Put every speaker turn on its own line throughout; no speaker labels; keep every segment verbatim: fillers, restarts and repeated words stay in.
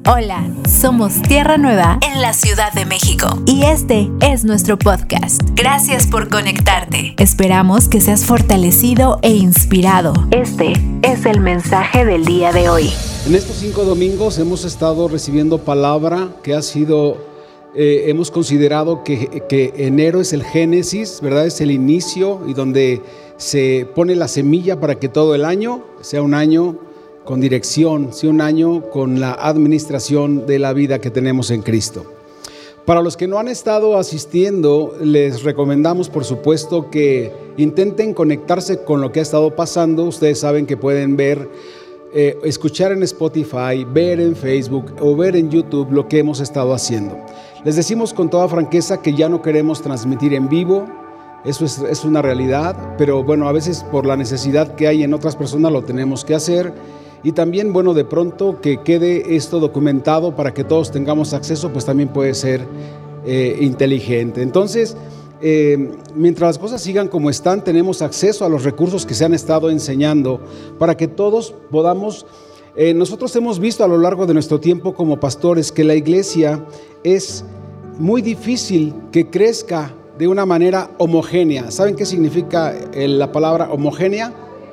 Hola, somos Tierra Nueva en la Ciudad de México y este es nuestro podcast. Gracias por conectarte. Esperamos que seas fortalecido e inspirado. Este es el mensaje del día de hoy.
En estos cinco domingos hemos estado recibiendo palabra que ha sido, eh, hemos considerado que, que enero es el génesis, ¿verdad? Es el inicio y donde se pone la semilla para que todo el año sea un año con dirección, sea un año con la administración de la vida que tenemos en Cristo. Para los que no han estado asistiendo, les recomendamos por supuesto que intenten conectarse con lo que ha estado pasando. Ustedes saben que pueden ver, eh, escuchar en Spotify, ver en Facebook o ver en YouTube lo que hemos estado haciendo. Les decimos con toda franqueza que ya no queremos transmitir en vivo. Eso es, es una realidad, pero bueno, a veces por la necesidad que hay en otras personas lo tenemos que hacer. Y también, bueno, de pronto que quede esto documentado para que todos tengamos acceso, pues también puede ser eh, inteligente. Entonces, eh, mientras las cosas sigan como están, tenemos acceso a los recursos que se han estado enseñando para que todos podamos. Eh, nosotros hemos visto a lo largo de nuestro tiempo como pastores que la iglesia es muy difícil que crezca de una manera homogénea. ¿Saben qué significa la palabra homogénea?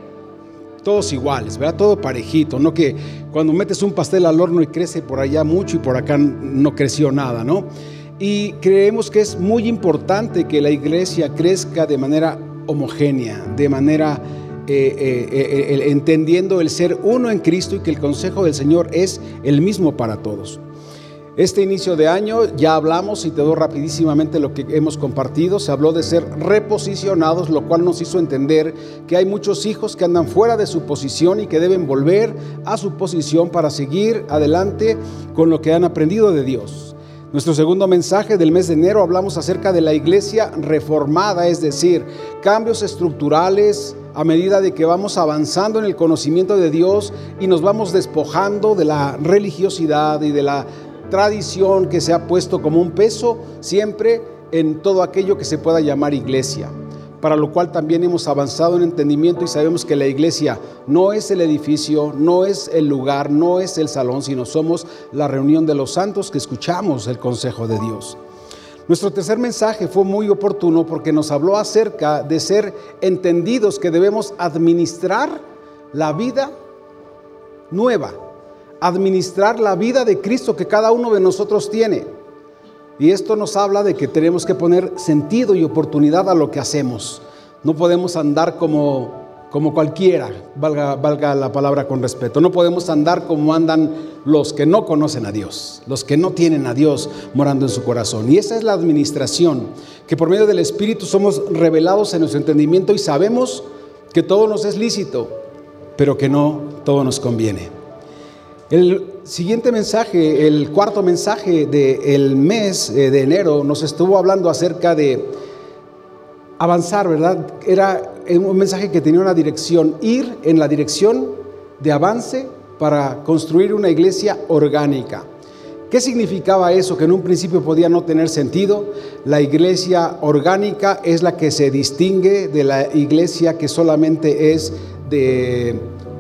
Todos iguales, ¿verdad? Todo parejito, no que cuando metes un pastel al horno y crece por allá mucho y por acá no creció nada, ¿no? Y creemos que es muy importante que la iglesia crezca de manera homogénea, de manera eh, eh, eh, eh, entendiendo el ser uno en Cristo y que el consejo del Señor es el mismo para todos. Este inicio de año ya hablamos, y te doy rapidísimamente lo que hemos compartido. Se habló de ser reposicionados, lo cual nos hizo entender que hay muchos hijos que andan fuera de su posición y que deben volver a su posición para seguir adelante con lo que han aprendido de Dios. Nuestro segundo mensaje del mes de enero hablamos acerca de la iglesia reformada, es decir, cambios estructurales a medida de que vamos avanzando en el conocimiento de Dios y nos vamos despojando de la religiosidad y de la tradición que se ha puesto como un peso siempre en todo aquello que se pueda llamar iglesia, para lo cual también hemos avanzado en entendimiento y sabemos que la iglesia no es el edificio, no es el lugar, no es el salón, sino somos la reunión de los santos que escuchamos el consejo de Dios. Nuestro tercer mensaje fue muy oportuno porque nos habló acerca de ser entendidos que debemos administrar la vida nueva, administrar la vida de Cristo que cada uno de nosotros tiene. Y esto nos habla de que tenemos que poner sentido y oportunidad a lo que hacemos. No podemos andar como, como cualquiera, valga, valga la palabra con respeto. No podemos andar como andan los que no conocen a Dios, los que no tienen a Dios morando en su corazón. Y esa es la administración, que por medio del Espíritu somos revelados en nuestro entendimiento y sabemos que todo nos es lícito, pero que no todo nos conviene. El siguiente mensaje, el cuarto mensaje del mes de enero, nos estuvo hablando acerca de avanzar, ¿verdad? Era un mensaje que tenía una dirección, ir en la dirección de avance para construir una iglesia orgánica. ¿Qué significaba eso? Que en un principio podía no tener sentido. La iglesia orgánica es la que se distingue de la iglesia que solamente es de...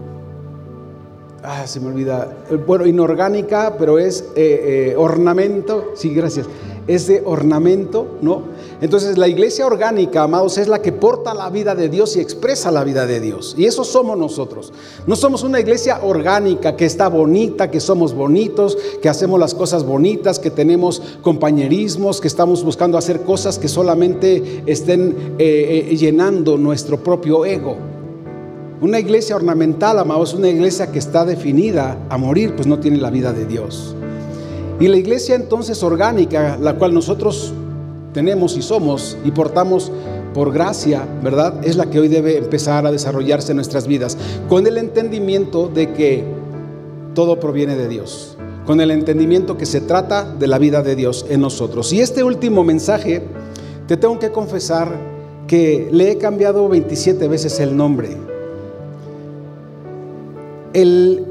Ah, se me olvida. Bueno, inorgánica, pero es eh, eh, ornamento. Sí, gracias. Es de ornamento, ¿no? Entonces, la iglesia orgánica, amados, es la que porta la vida de Dios y expresa la vida de Dios. Y eso somos nosotros. No somos una iglesia orgánica que está bonita, que somos bonitos, que hacemos las cosas bonitas, que tenemos compañerismos, que estamos buscando hacer cosas que solamente estén eh, eh, llenando nuestro propio ego. Una iglesia ornamental, amados, es una iglesia que está definida a morir, pues no tiene la vida de Dios. Y la iglesia entonces orgánica, la cual nosotros tenemos y somos y portamos por gracia, ¿verdad? Es la que hoy debe empezar a desarrollarse en nuestras vidas, con el entendimiento de que todo proviene de Dios, con el entendimiento que se trata de la vida de Dios en nosotros. Y este último mensaje, te tengo que confesar que le he cambiado veintisiete veces el nombre. El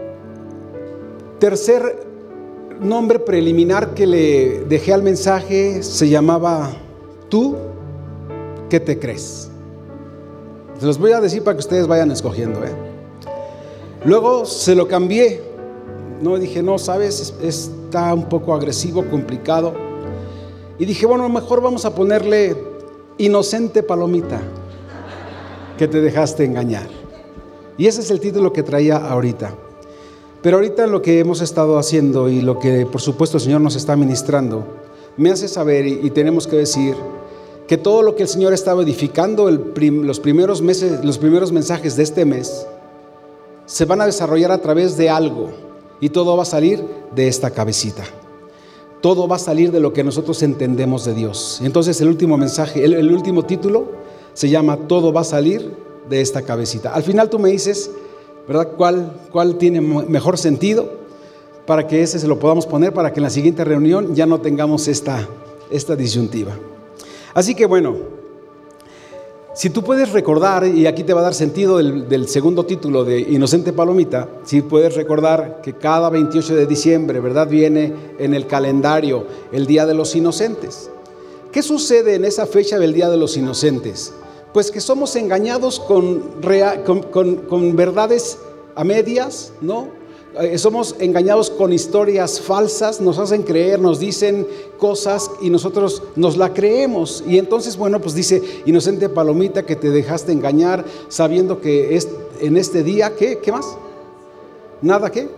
tercer nombre preliminar que le dejé al mensaje se llamaba ¿Tú qué te crees? Se los voy a decir para que ustedes vayan escogiendo, ¿eh? Luego se lo cambié no, dije, no, sabes, está un poco agresivo, complicado. Y dije, bueno, mejor vamos a ponerle Inocente Palomita, que te dejaste engañar. Y ese es el título que traía ahorita. Pero ahorita lo que hemos estado haciendo y lo que por supuesto el Señor nos está ministrando, me hace saber y, y tenemos que decir que todo lo que el Señor estaba edificando el prim, los primeros meses, los primeros mensajes de este mes, se van a desarrollar a través de algo y todo va a salir de esta cabecita. Todo va a salir de lo que nosotros entendemos de Dios. Entonces el último mensaje, el, el último título se llama Todo va a salir de esta cabecita. Al final tú me dices, ¿verdad? ¿Cuál, cuál tiene mejor sentido? Para que ese se lo podamos poner, para que en la siguiente reunión ya no tengamos esta, esta disyuntiva. Así que bueno, si tú puedes recordar, y aquí te va a dar sentido del, del segundo título de Inocente Palomita, si puedes recordar que cada veintiocho de diciembre, ¿verdad?, viene en el calendario el Día de los Inocentes. ¿Qué sucede en esa fecha del Día de los Inocentes? Pues que somos engañados con, rea, con, con, con verdades a medias, ¿no? Eh, somos engañados con historias falsas, nos hacen creer, nos dicen cosas y nosotros nos la creemos. Y entonces, bueno, pues dice, Inocente Palomita, que te dejaste engañar sabiendo que es, en este día, ¿qué? ¿Qué más? ¿Nada qué?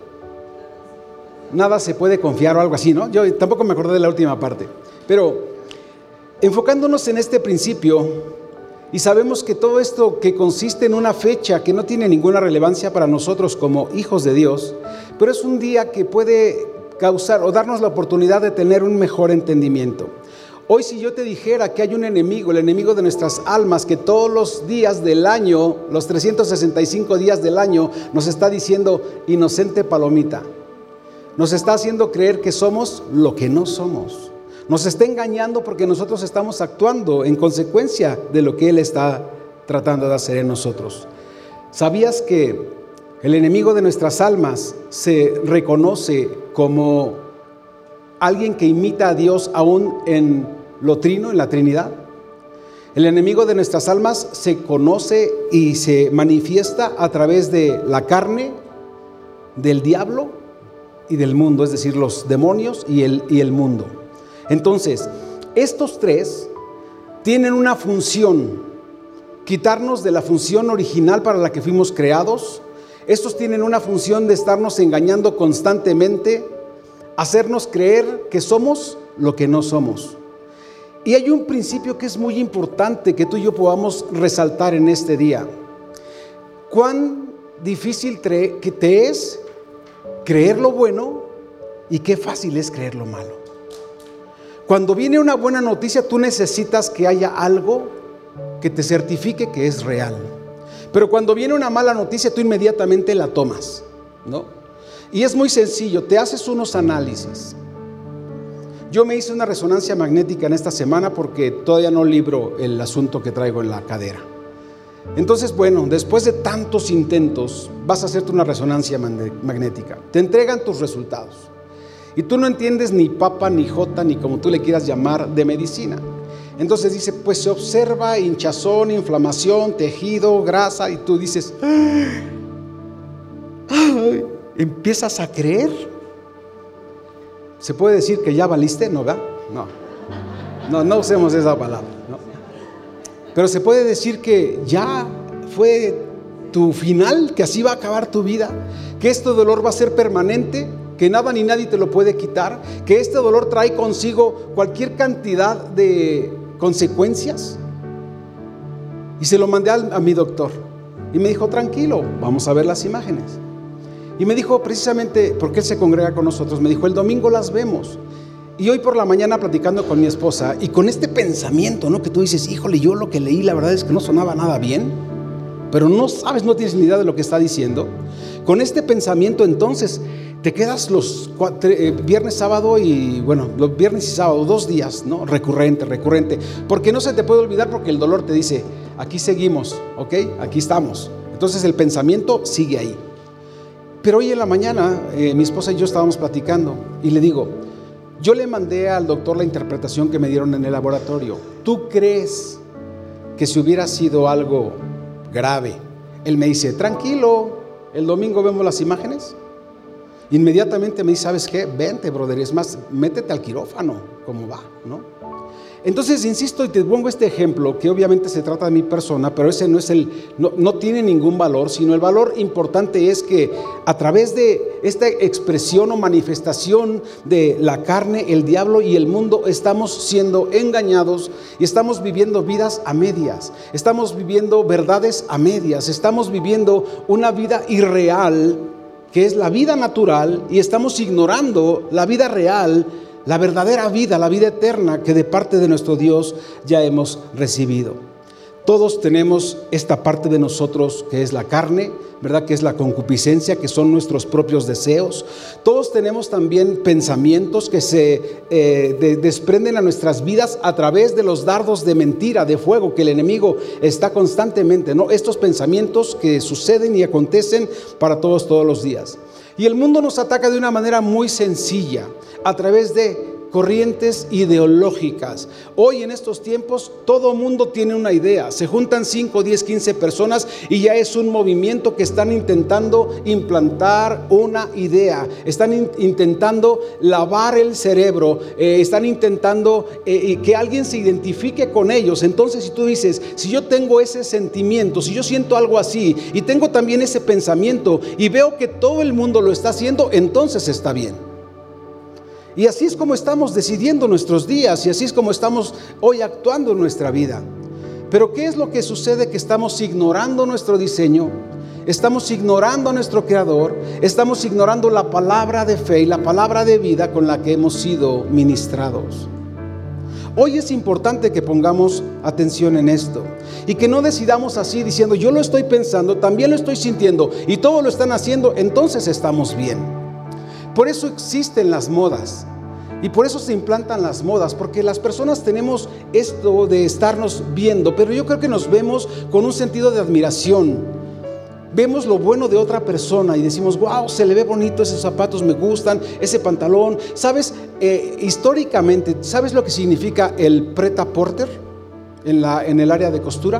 Nada se puede confiar o algo así, ¿no? Yo tampoco me acordé de la última parte. Pero enfocándonos en este principio, y sabemos que todo esto que consiste en una fecha que no tiene ninguna relevancia para nosotros como hijos de Dios, pero es un día que puede causar o darnos la oportunidad de tener un mejor entendimiento. Hoy, si yo te dijera que hay un enemigo, el enemigo de nuestras almas, que todos los días del año, los trescientos sesenta y cinco días del año, nos está diciendo Inocente Palomita, nos está haciendo creer que somos lo que no somos. Nos está engañando porque nosotros estamos actuando en consecuencia de lo que Él está tratando de hacer en nosotros. ¿Sabías que el enemigo de nuestras almas se reconoce como alguien que imita a Dios aún en lo trino, en la Trinidad? El enemigo de nuestras almas se conoce y se manifiesta a través de la carne, del diablo y del mundo, es decir, los demonios y el, y el mundo. Entonces, estos tres tienen una función: quitarnos de la función original para la que fuimos creados. Estos tienen una función de estarnos engañando constantemente, hacernos creer que somos lo que no somos. Y hay un principio que es muy importante que tú y yo podamos resaltar en este día. Cuán difícil que te es creer lo bueno y qué fácil es creer lo malo. Cuando viene una buena noticia, tú necesitas que haya algo que te certifique que es real. Pero cuando viene una mala noticia, tú inmediatamente la tomas, ¿no? Y es muy sencillo, te haces unos análisis. Yo me hice una resonancia magnética en esta semana porque todavía no libro el asunto que traigo en la cadera. Entonces, bueno, después de tantos intentos, vas a hacerte una resonancia magnética. Te entregan tus resultados. Y tú no entiendes ni papa, ni jota, ni como tú le quieras llamar, de medicina. Entonces dice, pues se observa hinchazón, inflamación, tejido, grasa, y tú dices, ¡ay! ¡Ay! Empiezas a creer. ¿Se puede decir que ya valiste? No, ¿verdad? No, no, no usemos esa palabra, ¿no? Pero se puede decir que ya fue tu final, que así va a acabar tu vida, que este dolor va a ser permanente, que nada ni nadie te lo puede quitar, que este dolor trae consigo cualquier cantidad de consecuencias. Y se lo mandé a, a mi doctor y me dijo, tranquilo, vamos a ver las imágenes. Y me dijo, precisamente porque él se congrega con nosotros, me dijo, el domingo las vemos. Y hoy por la mañana platicando con mi esposa y con este pensamiento, ¿no? Que tú dices, híjole, yo lo que leí la verdad es que no sonaba nada bien, pero no sabes, no tienes ni idea de lo que está diciendo. Con este pensamiento entonces te quedas los cuatro, eh, viernes, sábado y bueno, los viernes y sábado, dos días, ¿no? Recurrente, recurrente, porque no se te puede olvidar, porque el dolor te dice, aquí seguimos, ¿ok? Aquí estamos. Entonces el pensamiento sigue ahí. Pero hoy en la mañana eh, mi esposa y yo estábamos platicando y le digo, yo le mandé al doctor la interpretación que me dieron en el laboratorio. ¿Tú crees que si hubiera sido algo grave? Él me dice, tranquilo, el domingo vemos las imágenes. inmediatamente me dice, ¿sabes qué? Vente, brother, es más, métete al quirófano, ¿cómo va? ¿No? Entonces, insisto y te pongo este ejemplo, que obviamente se trata de mi persona, pero ese no es el, no, no tiene ningún valor, sino el valor importante es que a través de esta expresión o manifestación de la carne, el diablo y el mundo, estamos siendo engañados y estamos viviendo vidas a medias, estamos viviendo verdades a medias, estamos viviendo una vida irreal, que es la vida natural, y estamos ignorando la vida real, la verdadera vida, la vida eterna que de parte de nuestro Dios ya hemos recibido. Todos tenemos esta parte de nosotros que es la carne, ¿verdad? Que es la concupiscencia, que son nuestros propios deseos. Todos tenemos también pensamientos que se eh, de, desprenden a nuestras vidas a través de los dardos de mentira, de fuego, que el enemigo está constantemente, ¿no? Estos pensamientos que suceden y acontecen para todos, todos los días. Y el mundo nos ataca de una manera muy sencilla, a través de corrientes ideológicas. Hoy en estos tiempos todo mundo tiene una idea, se juntan cinco, diez, quince personas y ya es un movimiento que están intentando implantar una idea, están in- intentando lavar el cerebro, eh, están intentando eh, que alguien se identifique con ellos. Entonces, si tú dices, si yo tengo ese sentimiento, si yo siento algo así y tengo también ese pensamiento y veo que todo el mundo lo está haciendo, entonces está bien. Y así es como estamos decidiendo nuestros días y así es como estamos hoy actuando en nuestra vida. Pero ¿qué es lo que sucede? Que estamos ignorando nuestro diseño, estamos ignorando a nuestro Creador, estamos ignorando la palabra de fe y la palabra de vida con la que hemos sido ministrados. Hoy es importante que pongamos atención en esto y que no decidamos así diciendo, yo lo estoy pensando, también lo estoy sintiendo y todos lo están haciendo, entonces estamos bien. Por eso existen las modas y por eso se implantan las modas, porque las personas tenemos esto de estarnos viendo, pero yo creo que nos vemos con un sentido de admiración. Vemos lo bueno de otra persona y decimos, wow, se le ve bonito, esos zapatos me gustan, ese pantalón. ¿Sabes? Eh, históricamente, ¿sabes lo que significa el pret-à-porter en, la, en el área de costura?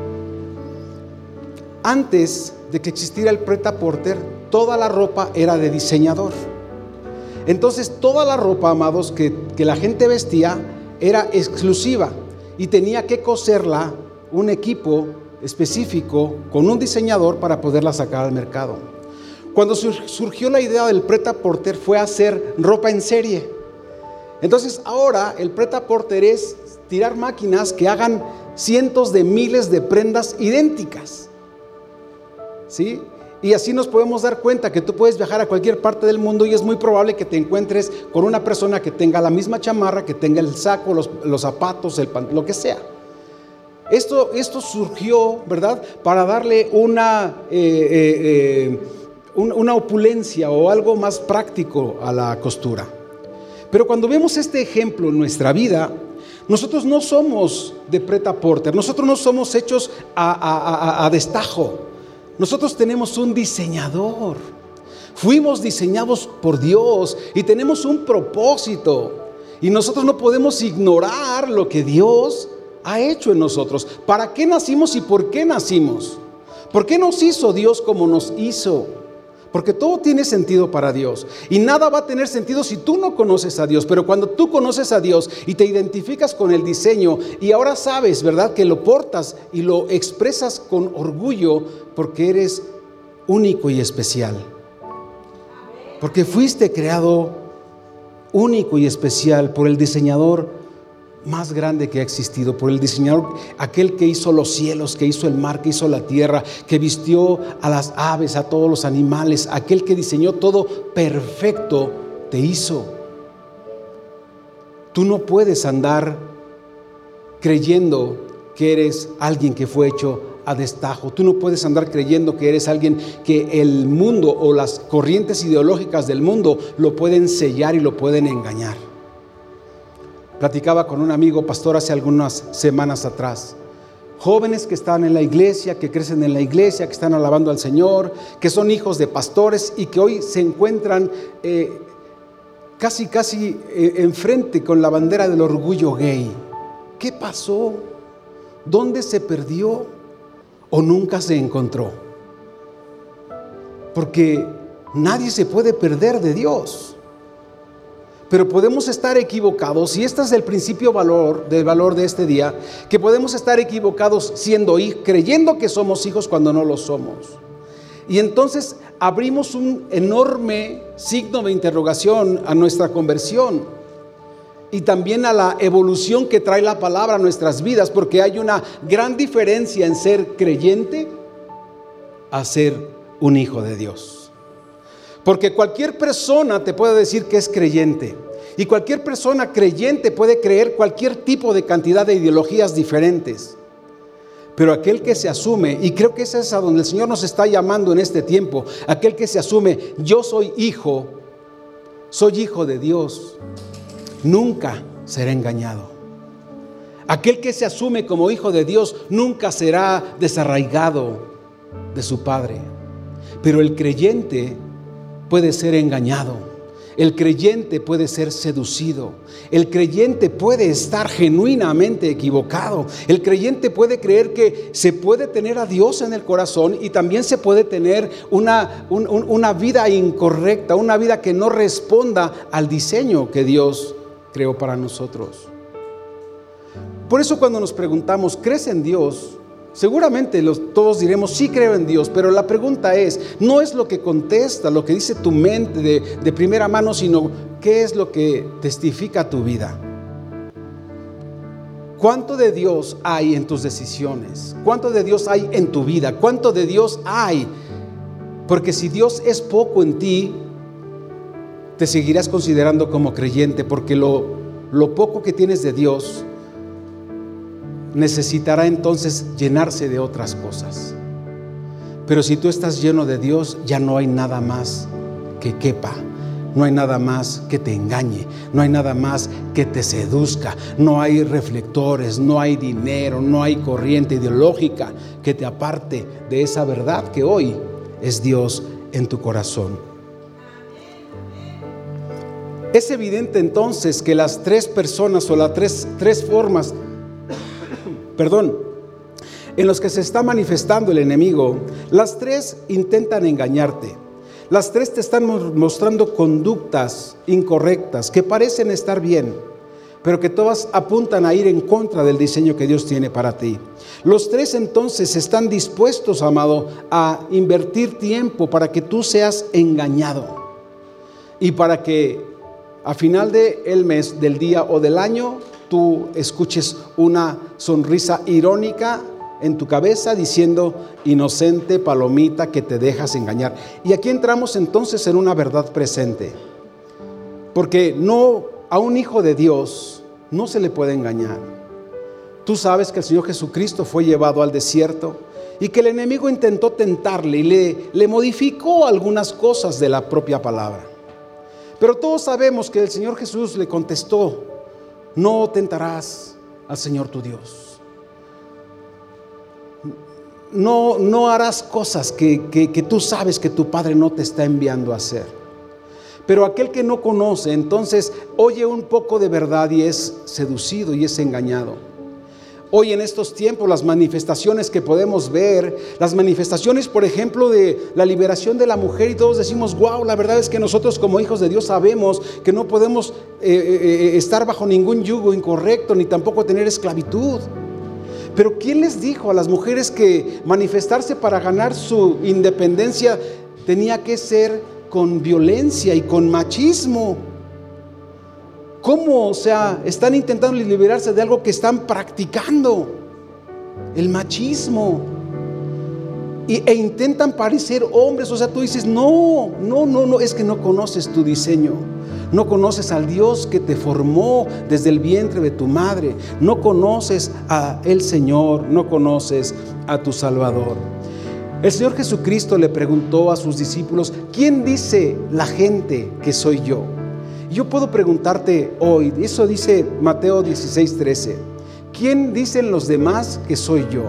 Antes de que existiera el pret-à-porter, toda la ropa era de diseñador. Entonces toda la ropa, amados, que, que la gente vestía era exclusiva y tenía que coserla un equipo específico con un diseñador para poderla sacar al mercado. Cuando surgió la idea del pret-à-porter fue hacer ropa en serie. Entonces ahora el pret-à-porter es tirar máquinas que hagan cientos de miles de prendas idénticas, ¿sí? Y así nos podemos dar cuenta que tú puedes viajar a cualquier parte del mundo y es muy probable que te encuentres con una persona que tenga la misma chamarra, que tenga el saco, los, los zapatos, el pan, lo que sea. Esto, esto surgió, ¿verdad?, para darle una, eh, eh, eh, un, una opulencia o algo más práctico a la costura. Pero cuando vemos este ejemplo en nuestra vida, nosotros no somos de pret-à-porter, nosotros no somos hechos a, a, a, a destajo. Nosotros tenemos un diseñador, fuimos diseñados por Dios y tenemos un propósito y nosotros no podemos ignorar lo que Dios ha hecho en nosotros. ¿Para qué nacimos y por qué nacimos? ¿Por qué nos hizo Dios como nos hizo? Porque todo tiene sentido para Dios y nada va a tener sentido si tú no conoces a Dios. Pero cuando tú conoces a Dios y te identificas con el diseño y ahora sabes, ¿verdad?, que lo portas y lo expresas con orgullo porque eres único y especial. Porque fuiste creado único y especial por el diseñador más grande que ha existido, por el diseñador, aquel que hizo los cielos, que hizo el mar, que hizo la tierra, que vistió a las aves, a todos los animales, aquel que diseñó todo perfecto, te hizo. Tú no puedes andar creyendo que eres alguien que fue hecho a destajo. Tú no puedes andar creyendo que eres alguien que el mundo o las corrientes ideológicas del mundo lo pueden sellar y lo pueden engañar. Platicaba con un amigo pastor hace algunas semanas atrás. Jóvenes que están en la iglesia, que crecen en la iglesia, que están alabando al Señor, que son hijos de pastores y que hoy se encuentran eh, casi, casi eh, enfrente con la bandera del orgullo gay. ¿Qué pasó? ¿Dónde se perdió? ¿O nunca se encontró? Porque nadie se puede perder de Dios. Pero podemos estar equivocados, y este es el principio valor, del valor de este día, que podemos estar equivocados siendo hijos, creyendo que somos hijos cuando no lo somos. Y entonces abrimos un enorme signo de interrogación a nuestra conversión y también a la evolución que trae la palabra a nuestras vidas, porque hay una gran diferencia en ser creyente a ser un hijo de Dios. Porque cualquier persona te puede decir que es creyente, y cualquier persona creyente puede creer cualquier tipo de cantidad de ideologías diferentes. Pero aquel que se asume, y creo que ese es a donde el Señor nos está llamando en este tiempo, aquel que se asume, yo soy hijo, soy hijo de Dios, nunca será engañado. Aquel que se asume como hijo de Dios nunca será desarraigado de su Padre. Pero el creyente puede ser engañado. El creyente puede ser seducido. El creyente puede estar genuinamente equivocado. El creyente puede creer que se puede tener a Dios en el corazón y también se puede tener una, un, un, una vida incorrecta, una vida que no responda al diseño que Dios creó para nosotros. Por eso cuando nos preguntamos, ¿crees en Dios? Seguramente los, todos diremos, sí creo en Dios, pero la pregunta es, no es lo que contesta, lo que dice tu mente de, de primera mano, sino qué es lo que testifica tu vida. ¿Cuánto de Dios hay en tus decisiones? ¿Cuánto de Dios hay en tu vida? ¿Cuánto de Dios hay? Porque si Dios es poco en ti, te seguirás considerando como creyente, porque lo, lo poco que tienes de Dios necesitará entonces llenarse de otras cosas. Pero si tú estás lleno de Dios, ya no hay nada más que quepa, no hay nada más que te engañe, no hay nada más que te seduzca, no hay reflectores, no hay dinero, no hay corriente ideológica que te aparte de esa verdad que hoy es Dios en tu corazón. Es evidente entonces que las tres personas o las tres, tres formas Perdón, en los que se está manifestando el enemigo, las tres intentan engañarte. Las tres te están mostrando conductas incorrectas que parecen estar bien, pero que todas apuntan a ir en contra del diseño que Dios tiene para ti. Los tres entonces están dispuestos, amado, a invertir tiempo para que tú seas engañado y para que a final del mes, del día o del año, tú escuches una sonrisa irónica en tu cabeza diciendo, inocente palomita que te dejas engañar. Y aquí entramos entonces en una verdad presente, porque no, a un hijo de Dios no se le puede engañar. Tú sabes que el Señor Jesucristo fue llevado al desierto y que el enemigo intentó tentarle y le, le modificó algunas cosas de la propia palabra. Pero todos sabemos que el Señor Jesús le contestó, no tentarás al Señor tu Dios. No, no harás cosas que, que, que tú sabes que tu Padre no te está enviando a hacer. Pero aquel que no conoce, entonces oye un poco de verdad y es seducido y es engañado. Hoy en estos tiempos las manifestaciones que podemos ver, las manifestaciones por ejemplo de la liberación de la mujer, y todos decimos, wow, la verdad es que nosotros como hijos de Dios sabemos que no podemos eh, eh, estar bajo ningún yugo incorrecto, ni tampoco tener esclavitud. Pero ¿quién les dijo a las mujeres que manifestarse para ganar su independencia tenía que ser con violencia y con machismo? ¿Cómo? O sea, están intentando liberarse de algo que están practicando, el machismo, y, e intentan parecer hombres. O sea, tú dices, no, no, no, no, es que no conoces tu diseño, no conoces al Dios que te formó desde el vientre de tu madre, no conoces a el Señor, no conoces a tu Salvador. El Señor Jesucristo le preguntó a sus discípulos, ¿quién dice la gente que soy yo? Yo puedo preguntarte hoy, eso dice Mateo dieciséis trece, ¿quién dicen los demás que soy yo?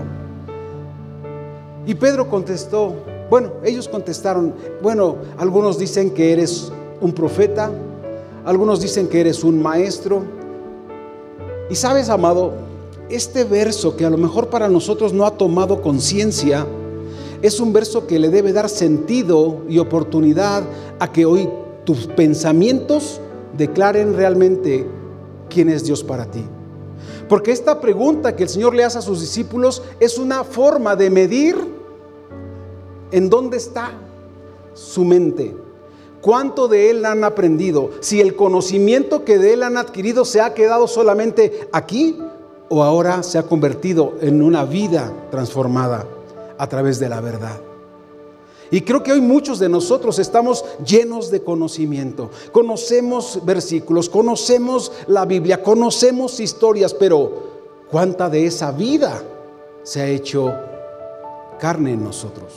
Y Pedro contestó, bueno, ellos contestaron, bueno, algunos dicen que eres un profeta, algunos dicen que eres un maestro. Y sabes, amado, este verso que a lo mejor para nosotros no ha tomado conciencia, es un verso que le debe dar sentido y oportunidad a que hoy tus pensamientos declaren realmente quién es Dios para ti. Porque esta pregunta que el Señor le hace a sus discípulos es una forma de medir en dónde está su mente, cuánto de Él han aprendido, si el conocimiento que de Él han adquirido se ha quedado solamente aquí o ahora se ha convertido en una vida transformada a través de la verdad. Y creo que hoy muchos de nosotros estamos llenos de conocimiento, conocemos versículos, conocemos la Biblia, conocemos historias, pero ¿cuánta de esa vida se ha hecho carne en nosotros?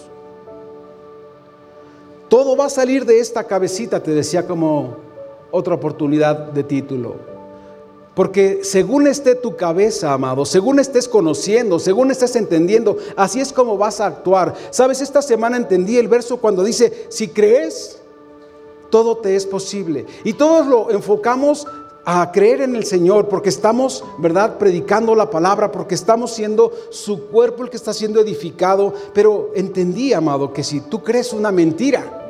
Todo va a salir de esta cabecita, te decía como otra oportunidad de título. Porque según esté tu cabeza, amado, según estés conociendo, según estés entendiendo, así es como vas a actuar. Sabes, esta semana entendí el verso cuando dice, si crees, todo te es posible. Y todos lo enfocamos a creer en el Señor, porque estamos, ¿verdad?, predicando la palabra, porque estamos siendo su cuerpo el que está siendo edificado. Pero entendí, amado, que si tú crees una mentira,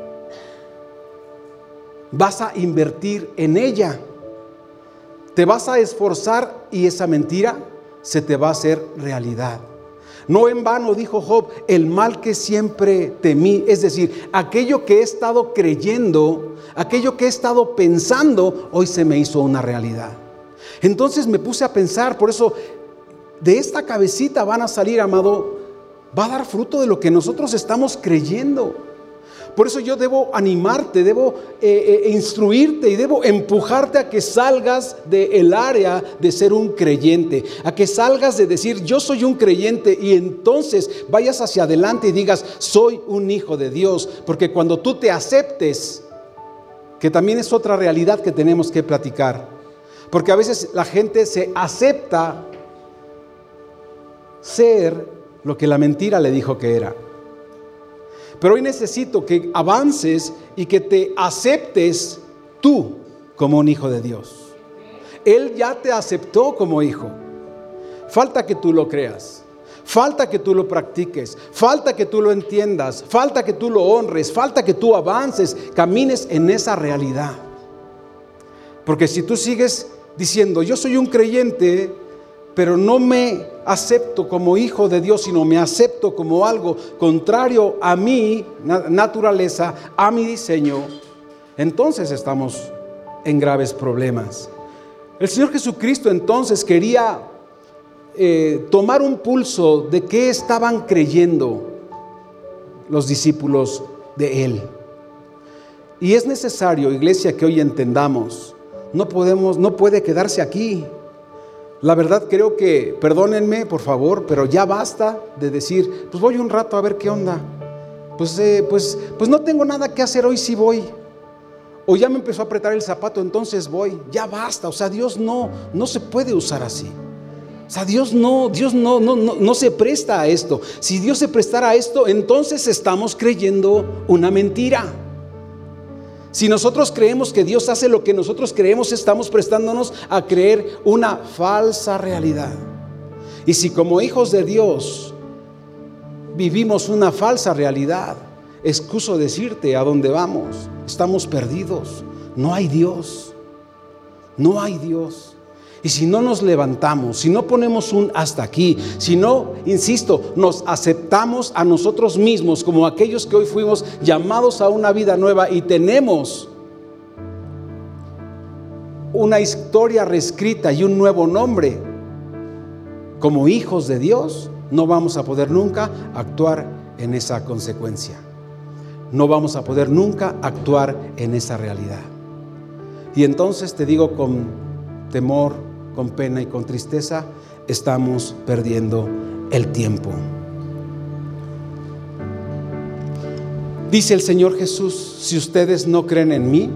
vas a invertir en ella. Te vas a esforzar y esa mentira se te va a hacer realidad. No en vano dijo Job, el mal que siempre temí, es decir, aquello que he estado creyendo, aquello que he estado pensando, hoy se me hizo una realidad. Entonces me puse a pensar, por eso de esta cabecita van a salir, amado, va a dar fruto de lo que nosotros estamos creyendo. Por eso yo debo animarte, debo eh, eh, instruirte y debo empujarte a que salgas del área de ser un creyente, a que salgas de decir yo soy un creyente y entonces vayas hacia adelante y digas soy un hijo de Dios. Porque cuando tú te aceptes, que también es otra realidad que tenemos que platicar, porque a veces la gente se acepta ser lo que la mentira le dijo que era. Pero hoy necesito que avances y que te aceptes tú como un hijo de Dios. Él ya te aceptó como hijo. Falta que tú lo creas. Falta que tú lo practiques. Falta que tú lo entiendas. Falta que tú lo honres. Falta que tú avances, camines en esa realidad. Porque si tú sigues diciendo, yo soy un creyente, pero no me acepto como hijo de Dios, sino me acepto como algo contrario a mi naturaleza, a mi diseño, entonces estamos en graves problemas. El Señor Jesucristo entonces quería eh, tomar un pulso de qué estaban creyendo los discípulos de Él. Y es necesario, iglesia, que hoy entendamos, no podemos, no puede quedarse aquí. La verdad creo que, perdónenme por favor, pero ya basta de decir, pues voy un rato a ver qué onda. Pues, eh, pues, pues no tengo nada que hacer, hoy sí voy. O ya me empezó a apretar el zapato, entonces voy. Ya basta, o sea, Dios no, no se puede usar así. O sea, Dios no, Dios no, no, no, no se presta a esto. Si Dios se prestara a esto, entonces estamos creyendo una mentira. Si nosotros creemos que Dios hace lo que nosotros creemos, estamos prestándonos a creer una falsa realidad. Y si como hijos de Dios vivimos una falsa realidad, excuso decirte a dónde vamos, estamos perdidos. No hay Dios, no hay Dios. Y si no nos levantamos, si no ponemos un hasta aquí, si no, insisto, nos aceptamos a nosotros mismos como aquellos que hoy fuimos llamados a una vida nueva y tenemos una historia reescrita y un nuevo nombre como hijos de Dios, no vamos a poder nunca actuar en esa consecuencia. No vamos a poder nunca actuar en esa realidad. Y entonces te digo con temor, con pena y con tristeza, estamos perdiendo el tiempo. Dice el Señor Jesús, si ustedes no creen en mí,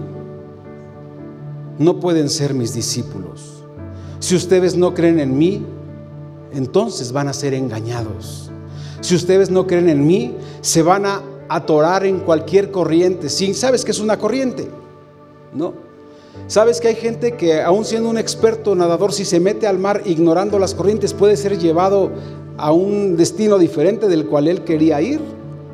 no pueden ser mis discípulos. Si ustedes no creen en mí, entonces van a ser engañados. Si ustedes no creen en mí, se van a atorar en cualquier corriente. ¿Sí? ¿Sabes qué es una corriente? ¿No? ¿Sabes que hay gente que aún siendo un experto nadador, si se mete al mar ignorando las corrientes, puede ser llevado a un destino diferente del cual él quería ir?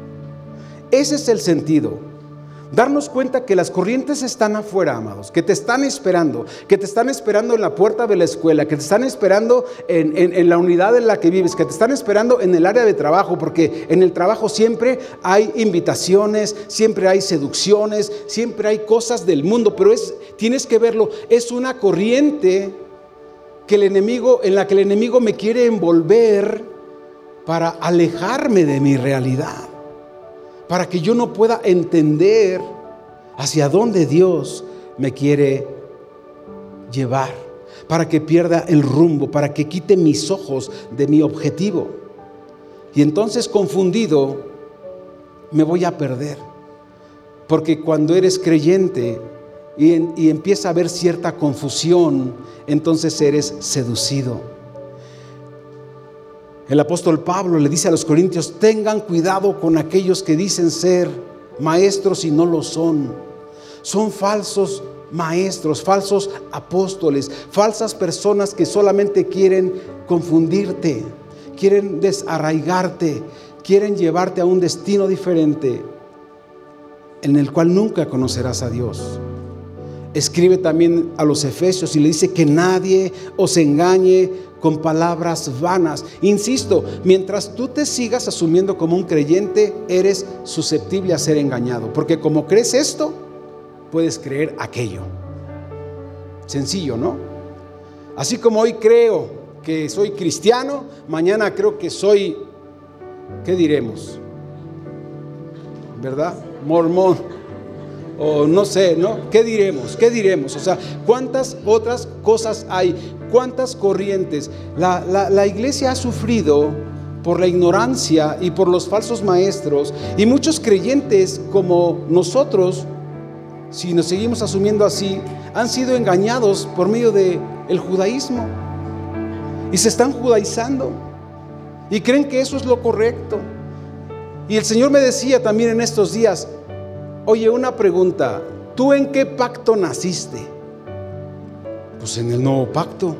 Ese es el sentido. Darnos cuenta que las corrientes están afuera, amados, que te están esperando, que te están esperando en la puerta de la escuela, que te están esperando en, en, en la unidad en la que vives, que te están esperando en el área de trabajo, porque en el trabajo siempre hay invitaciones, siempre hay seducciones, siempre hay cosas del mundo, pero es, tienes que verlo, es una corriente que el enemigo, en la que el enemigo me quiere envolver para alejarme de mi realidad, para que yo no pueda entender hacia dónde Dios me quiere llevar, para que pierda el rumbo, para que quite mis ojos de mi objetivo. Y entonces, confundido, me voy a perder, porque cuando eres creyente y, en, y empieza a haber cierta confusión, entonces eres seducido. El apóstol Pablo le dice a los corintios: tengan cuidado con aquellos que dicen ser maestros y no lo son. Son falsos maestros, falsos apóstoles, falsas personas que solamente quieren confundirte, quieren desarraigarte, quieren llevarte a un destino diferente en el cual nunca conocerás a Dios. Escribe también a los Efesios y le dice que nadie os engañe con palabras vanas. Insisto, mientras tú te sigas asumiendo como un creyente, eres susceptible a ser engañado, porque como crees esto, puedes creer aquello. Sencillo, ¿no? Así como hoy creo que soy cristiano, mañana creo que soy, ¿qué diremos? ¿Verdad? Mormón. O no sé, ¿no? ¿Qué diremos? ¿Qué diremos? O sea, ¿cuántas otras cosas hay? ¿Cuántas corrientes? La, la, la iglesia ha sufrido por la ignorancia y por los falsos maestros, y muchos creyentes como nosotros, si nos seguimos asumiendo así, han sido engañados por medio del judaísmo y se están judaizando y creen que eso es lo correcto. Y el Señor me decía también en estos días: oye, una pregunta, ¿tú en qué pacto naciste? Pues en el nuevo pacto,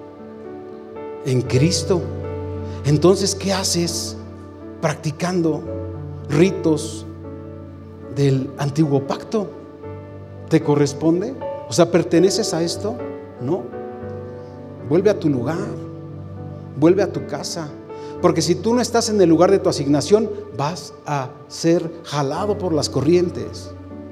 en Cristo. Entonces, ¿qué haces practicando ritos del antiguo pacto? ¿Te corresponde? O sea, ¿perteneces a esto? No. Vuelve a tu lugar, vuelve a tu casa. Porque si tú no estás en el lugar de tu asignación, vas a ser jalado por las corrientes.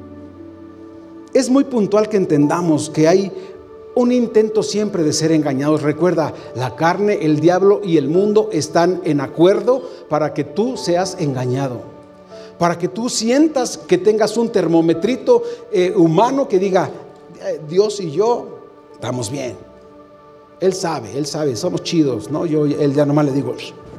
Es muy puntual que entendamos que hay un intento siempre de ser engañados. Recuerda, la carne, el diablo y el mundo están en acuerdo para que tú seas engañado, para que tú sientas que tengas un termometrito eh, humano que diga: eh, Dios y yo estamos bien. Él sabe, Él sabe, somos chidos, ¿no? Yo, él ya nomás le digo,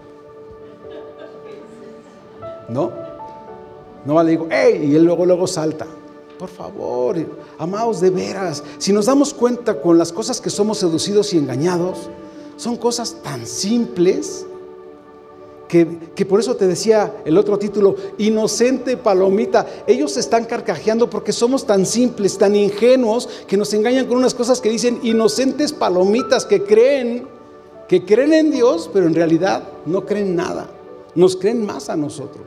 ¿no? No le digo, ¡hey! Y él luego, luego salta. Por favor, amados, de veras, si nos damos cuenta con las cosas que somos seducidos y engañados, son cosas tan simples que, que por eso te decía el otro título, inocente palomita. Ellos se están carcajeando porque somos tan simples, tan ingenuos, que nos engañan con unas cosas que dicen inocentes palomitas, que creen, que creen en Dios, pero en realidad no creen nada. Nos creen más a nosotros.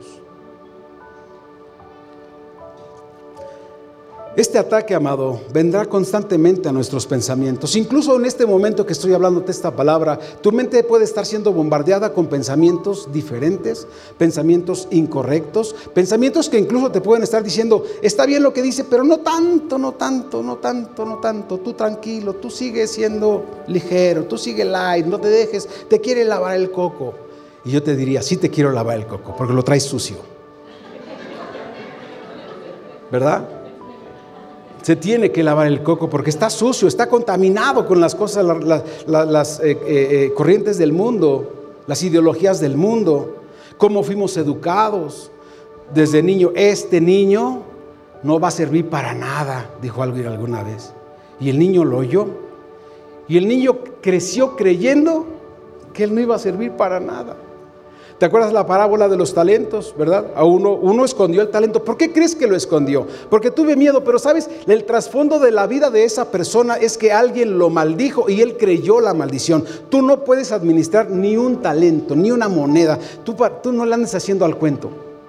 Este ataque, amado, vendrá constantemente a nuestros pensamientos. Incluso en este momento que estoy hablándote esta palabra, tu mente puede estar siendo bombardeada con pensamientos diferentes, pensamientos incorrectos, pensamientos que incluso te pueden estar diciendo: está bien lo que dice, pero no tanto, no tanto, no tanto, no tanto. Tú tranquilo, tú sigues siendo ligero, tú sigue light, no te dejes, te quiere lavar el coco. Y yo te diría: sí te quiero lavar el coco, porque lo traes sucio, ¿verdad? Se tiene que lavar el coco porque está sucio, está contaminado con las cosas, la, la, la, las eh, eh, corrientes del mundo, las ideologías del mundo, cómo fuimos educados desde niño. Este niño no va a servir para nada, dijo alguien alguna vez. Y el niño lo oyó. Y el niño creció creyendo que él no iba a servir para nada. ¿Te acuerdas la parábola de los talentos, verdad? A uno, uno escondió el talento. ¿Por qué crees que lo escondió? Porque tuve miedo, pero ¿sabes? El trasfondo de la vida de esa persona es que alguien lo maldijo y él creyó la maldición. Tú no puedes administrar ni un talento, ni una moneda. Tú, tú no le andes haciendo al cuento.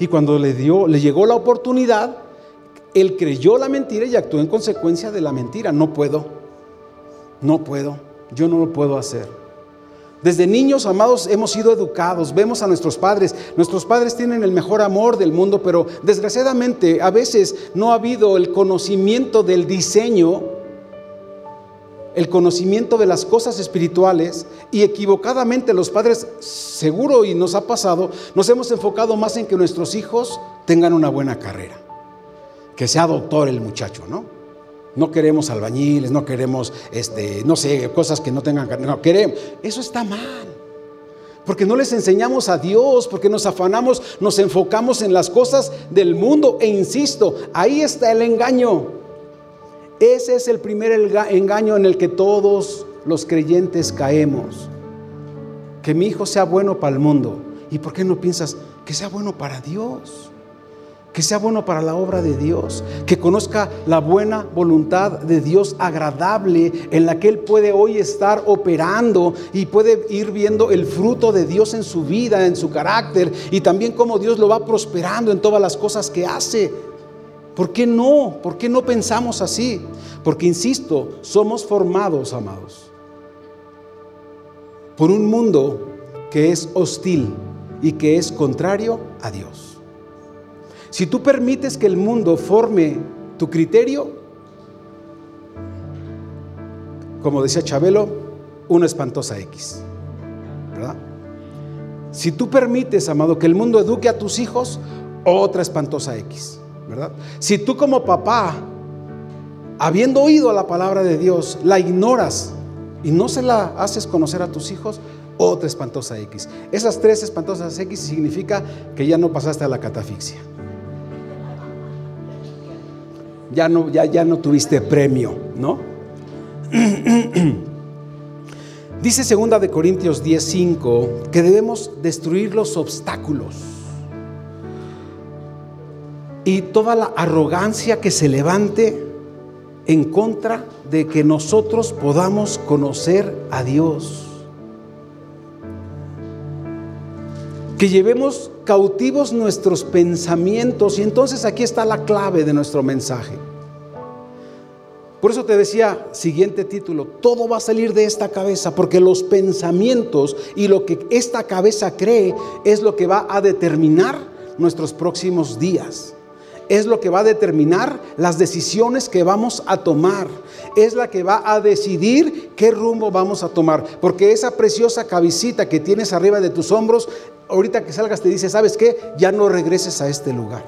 Y cuando le dio, le llegó la oportunidad, él creyó la mentira y actuó en consecuencia de la mentira. No puedo, no puedo, yo no lo puedo hacer. Desde niños, amados, hemos sido educados, vemos a nuestros padres. Nuestros padres tienen el mejor amor del mundo, pero desgraciadamente a veces no ha habido el conocimiento del diseño, el conocimiento de las cosas espirituales, y equivocadamente los padres, seguro y nos ha pasado, nos hemos enfocado más en que nuestros hijos tengan una buena carrera, que sea doctor el muchacho, ¿no? No queremos albañiles, no queremos, este, no sé, cosas que no tengan, no queremos. Eso está mal, porque no les enseñamos a Dios, porque nos afanamos, nos enfocamos en las cosas del mundo. E insisto, ahí está el engaño. Ese es el primer engaño en el que todos los creyentes caemos. Que mi hijo sea bueno para el mundo. ¿Y por qué no piensas que sea bueno para Dios? Que sea bueno para la obra de Dios, que conozca la buena voluntad de Dios agradable, en la que Él puede hoy estar operando y puede ir viendo el fruto de Dios en su vida, en su carácter, y también cómo Dios lo va prosperando en todas las cosas que hace. ¿Por qué no? ¿Por qué no pensamos así? Porque, insisto, somos formados, amados, por un mundo que es hostil y que es contrario a Dios. Si tú permites que el mundo forme tu criterio, como decía Chabelo, una espantosa X, ¿verdad? Si tú permites, amado, que el mundo eduque a tus hijos, otra espantosa X, ¿verdad? Si tú como papá, habiendo oído la palabra de Dios, la ignoras y no se la haces conocer a tus hijos, otra espantosa X. Esas tres espantosas X significa que ya no pasaste a la catafixia. Ya no, ya, ya no tuviste premio, ¿no? Dice segunda de Corintios diez cinco que debemos destruir los obstáculos y toda la arrogancia que se levante en contra de que nosotros podamos conocer a Dios. Que llevemos cautivos nuestros pensamientos. Y entonces aquí está la clave de nuestro mensaje. Por eso te decía, siguiente título, todo va a salir de esta cabeza, porque los pensamientos y lo que esta cabeza cree es lo que va a determinar nuestros próximos días. Es lo que va a determinar las decisiones que vamos a tomar. Es la que va a decidir qué rumbo vamos a tomar. Porque esa preciosa cabecita que tienes arriba de tus hombros, ahorita que salgas te dice, ¿sabes qué? Ya no regreses a este lugar.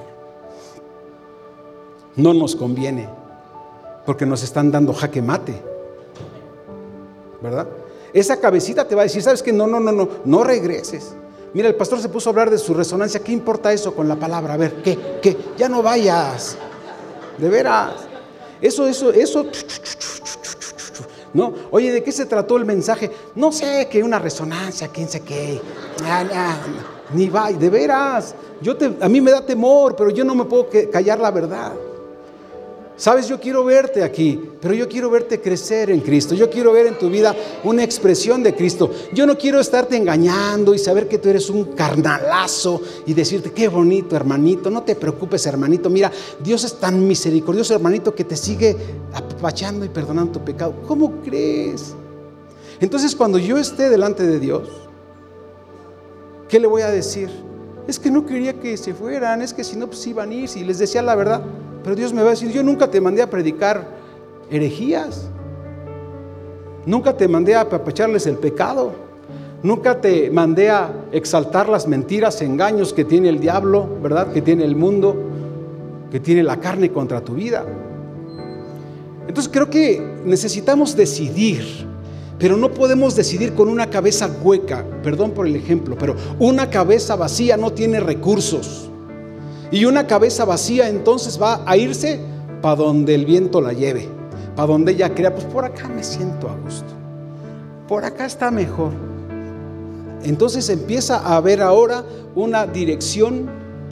No nos conviene, porque nos están dando jaque mate, ¿verdad? Esa cabecita te va a decir, ¿sabes qué? No, no, no, no, no regreses. Mira, el pastor se puso a hablar de su resonancia. ¿Qué importa eso con la palabra? A ver, ¿qué? ¿Qué? Ya no vayas. De veras. Eso, eso, eso. ¿No? Oye, ¿de qué se trató el mensaje? No sé, que una resonancia, quién sé qué. Ah, ah, ni va, de veras. Yo te, a mí me da temor, pero yo no me puedo callar la verdad. Sabes, yo quiero verte aquí, pero yo quiero verte crecer en Cristo. Yo quiero ver en tu vida una expresión de Cristo. Yo no quiero estarte engañando y saber que tú eres un carnalazo y decirte, qué bonito, hermanito. No te preocupes, hermanito. Mira, Dios es tan misericordioso, hermanito, que te sigue apapachando y perdonando tu pecado. ¿Cómo crees? Entonces, cuando yo esté delante de Dios, ¿qué le voy a decir? Es que no quería que se fueran, es que si no, pues iban a ir, si les decía la verdad. Pero Dios me va a decir, yo nunca te mandé a predicar herejías, nunca te mandé a apapacharles el pecado, nunca te mandé a exaltar las mentiras, engaños que tiene el diablo, ¿verdad? Que tiene el mundo, que tiene la carne contra tu vida. Entonces creo que necesitamos decidir, pero no podemos decidir con una cabeza hueca. Perdón por el ejemplo, pero una cabeza vacía no tiene recursos. Y una cabeza vacía entonces va a irse para donde el viento la lleve, para donde ella crea, pues por acá me siento a gusto, por acá está mejor. Entonces empieza a haber ahora una dirección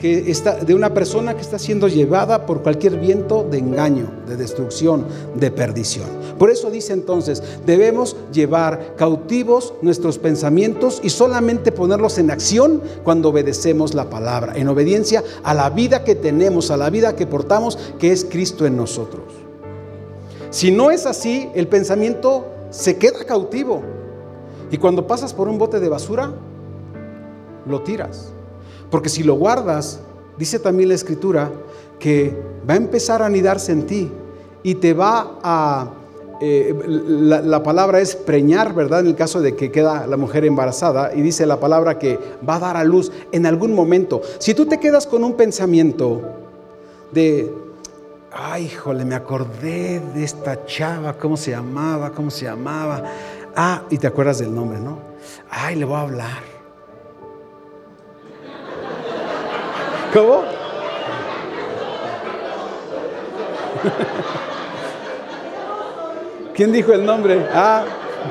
que está, de una persona que está siendo llevada por cualquier viento de engaño, de destrucción, de perdición. Por eso dice entonces, debemos llevar cautivos nuestros pensamientos y solamente ponerlos en acción cuando obedecemos la palabra, en obediencia a la vida que tenemos, a la vida que portamos, que es Cristo en nosotros. Si no es así, el pensamiento se queda cautivo y cuando pasas por un bote de basura, lo tiras. Porque si lo guardas, dice también la Escritura, que va a empezar a anidarse en ti y te va a, eh, la, la palabra es preñar, ¿verdad? En el caso de que queda la mujer embarazada, y dice la palabra que va a dar a luz en algún momento. Si tú te quedas con un pensamiento de, ay, híjole, me acordé de esta chava, ¿cómo se llamaba? ¿Cómo se llamaba? Ah, y te acuerdas del nombre, ¿no? Ay, le voy a hablar. ¿Cómo? ¿Quién dijo el nombre? Ah,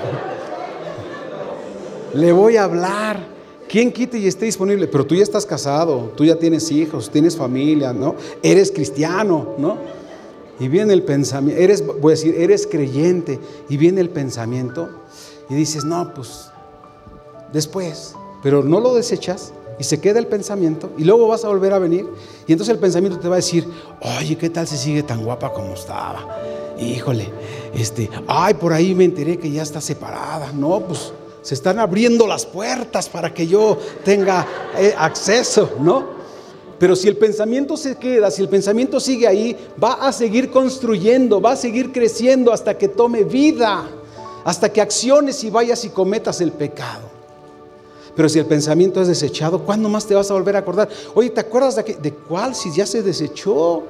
le voy a hablar. ¿Quién quite y esté disponible? Pero tú ya estás casado, tú ya tienes hijos, tienes familia, ¿no? Eres cristiano, ¿no? Y viene el pensamiento, eres, voy a decir, eres creyente, y viene el pensamiento y dices, no, pues después, pero no lo desechas. Y se queda el pensamiento y luego vas a volver a venir y entonces el pensamiento te va a decir, oye, ¿qué tal si sigue tan guapa como estaba? Híjole, este, ay, por ahí me enteré que ya está separada. No, pues se están abriendo las puertas para que yo tenga eh, acceso, ¿no? Pero si el pensamiento se queda, si el pensamiento sigue ahí, va a seguir construyendo, va a seguir creciendo hasta que tome vida, hasta que acciones y vayas y cometas el pecado. Pero si el pensamiento es desechado, ¿cuándo más te vas a volver a acordar? Oye, ¿te acuerdas de, qué, de cuál? Si ya se desechó.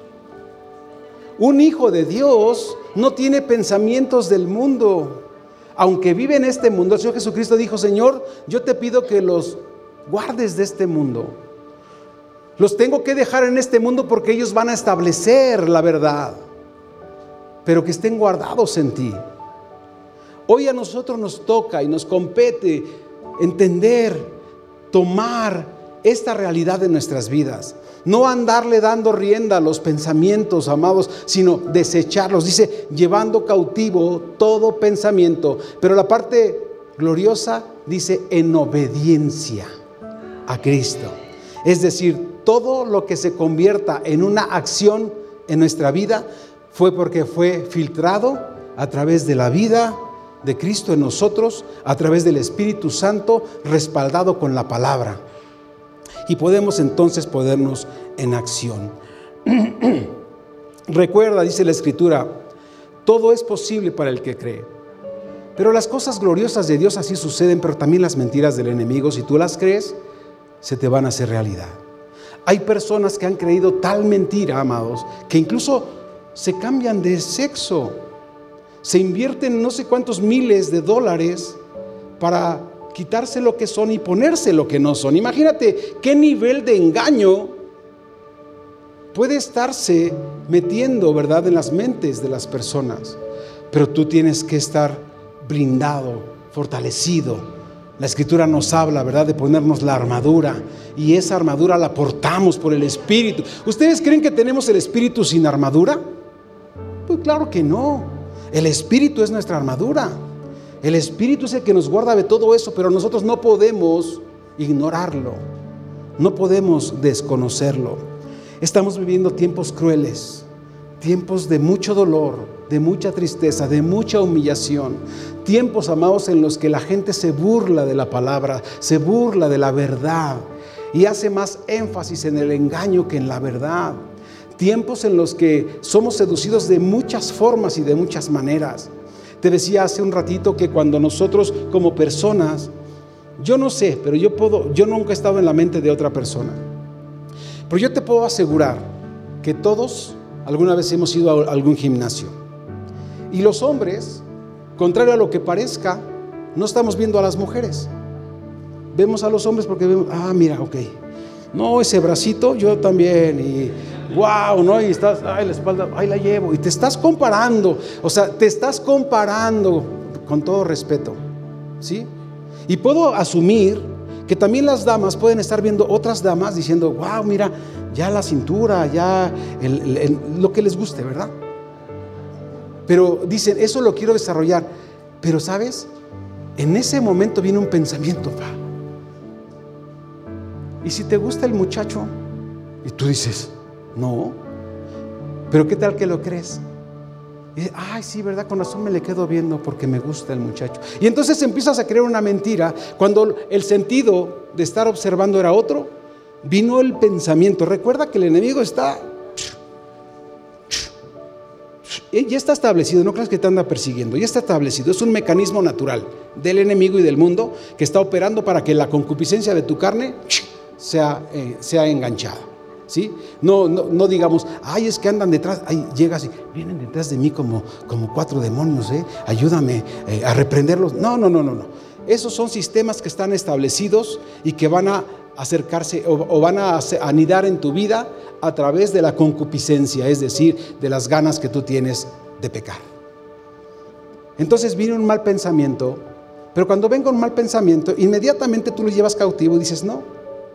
Un hijo de Dios no tiene pensamientos del mundo. Aunque vive en este mundo, el Señor Jesucristo dijo, Señor, yo te pido que los guardes de este mundo. Los tengo que dejar en este mundo porque ellos van a establecer la verdad, pero que estén guardados en ti. Hoy a nosotros nos toca y nos compete entender, tomar esta realidad de nuestras vidas. No andarle dando rienda a los pensamientos, amados, sino desecharlos. Dice, llevando cautivo todo pensamiento. Pero la parte gloriosa dice, en obediencia a Cristo. Es decir, todo lo que se convierta en una acción en nuestra vida fue porque fue filtrado a través de la vida de Cristo en nosotros, a través del Espíritu Santo, respaldado con la palabra. Y podemos entonces ponernos en acción. Recuerda, dice la Escritura, todo es posible para el que cree. Pero las cosas gloriosas de Dios así suceden, pero también las mentiras del enemigo, si tú las crees, se te van a hacer realidad. Hay personas que han creído tal mentira, amados, que incluso se cambian de sexo. Se invierten no sé cuántos miles de dólares para quitarse lo que son y ponerse lo que no son. Imagínate qué nivel de engaño puede estarse metiendo, ¿verdad?, en las mentes de las personas. Pero tú tienes que estar blindado, fortalecido. La Escritura nos habla, ¿verdad?, de ponernos la armadura, y esa armadura la portamos por el Espíritu. ¿Ustedes creen que tenemos el Espíritu sin armadura? Pues claro que no. El Espíritu es nuestra armadura. El Espíritu es el que nos guarda de todo eso, pero nosotros no podemos ignorarlo, no podemos desconocerlo. Estamos viviendo tiempos crueles, tiempos de mucho dolor, de mucha tristeza, de mucha humillación. Tiempos, amados, en los que la gente se burla de la palabra, se burla de la verdad y hace más énfasis en el engaño que en la verdad. Tiempos en los que somos seducidos de muchas formas y de muchas maneras. Te decía hace un ratito que cuando nosotros como personas, yo no sé, pero yo puedo, yo nunca he estado en la mente de otra persona, pero yo te puedo asegurar que todos alguna vez hemos ido a algún gimnasio. Y los hombres, contrario a lo que parezca, no estamos viendo a las mujeres. Vemos a los hombres porque vemos, ah, mira, ok. No, ese bracito, yo también, y wow, ¿no? Y estás, ay, la espalda, ay, la llevo, y te estás comparando, o sea, te estás comparando con todo respeto, ¿sí? Y puedo asumir que también las damas pueden estar viendo otras damas diciendo, wow, mira, ya la cintura, ya el, el, el, lo que les guste, ¿verdad? Pero dicen, eso lo quiero desarrollar. Pero ¿sabes? En ese momento viene un pensamiento, pa. ¿Y si te gusta el muchacho? Y tú dices, no. Pero ¿qué tal que lo crees? Y dices, ay, sí, ¿verdad? Con razón me le quedo viendo porque me gusta el muchacho. Y entonces empiezas a creer una mentira cuando el sentido de estar observando era otro. Vino el pensamiento. Recuerda que el enemigo está... ya está establecido, no creas que te anda persiguiendo, ya está establecido, es un mecanismo natural del enemigo y del mundo que está operando para que la concupiscencia de tu carne sea, eh, sea enganchada, ¿sí? No, no, no digamos, ay, es que andan detrás, ay, llegas y vienen detrás de mí como, como cuatro demonios, ¿eh? Ayúdame eh, a reprenderlos. No, no, no, no, no. Esos son sistemas que están establecidos y que van a acercarse o, o van a anidar en tu vida a través de la concupiscencia, es decir, de las ganas que tú tienes de pecar. Entonces viene un mal pensamiento, pero cuando venga un mal pensamiento, inmediatamente tú lo llevas cautivo y dices, no,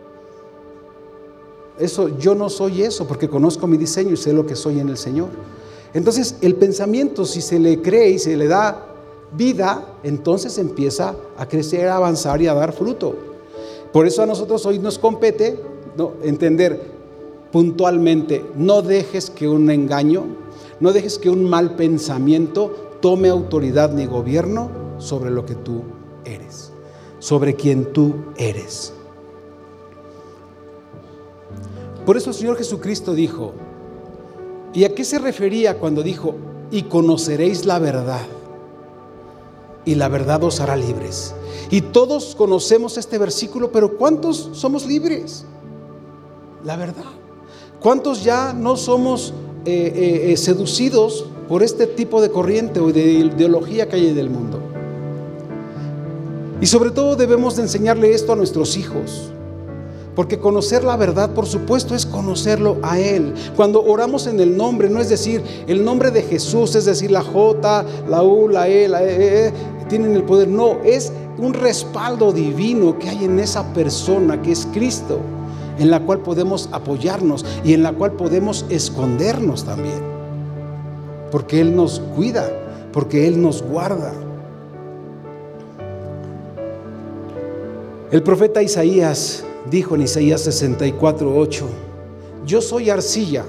eso, yo no soy eso, porque conozco mi diseño y sé lo que soy en el Señor. Entonces el pensamiento, si se le cree y se le da vida, entonces empieza a crecer, a avanzar y a dar fruto. Por eso a nosotros hoy nos compete, ¿no?, entender puntualmente, no dejes que un engaño, no dejes que un mal pensamiento tome autoridad ni gobierno sobre lo que tú eres, sobre quien tú eres. Por eso el Señor Jesucristo dijo, ¿y a qué se refería cuando dijo, y conoceréis la verdad, y la verdad os hará libres? Y todos conocemos este versículo, pero ¿cuántos somos libres? La verdad. ¿Cuántos ya no somos eh, eh, seducidos por este tipo de corriente o de ideología que hay en el mundo? Y sobre todo debemos de enseñarle esto a nuestros hijos, porque conocer la verdad, por supuesto, es conocerlo a Él. Cuando oramos en el nombre, no es decir el nombre de Jesús, es decir, la J, la U, la E, la E, e tienen el poder. No, es un respaldo divino que hay en esa persona que es Cristo, en la cual podemos apoyarnos y en la cual podemos escondernos también, porque Él nos cuida, porque Él nos guarda. El profeta Isaías dijo en Isaías sesenta y cuatro, ocho, yo soy arcilla,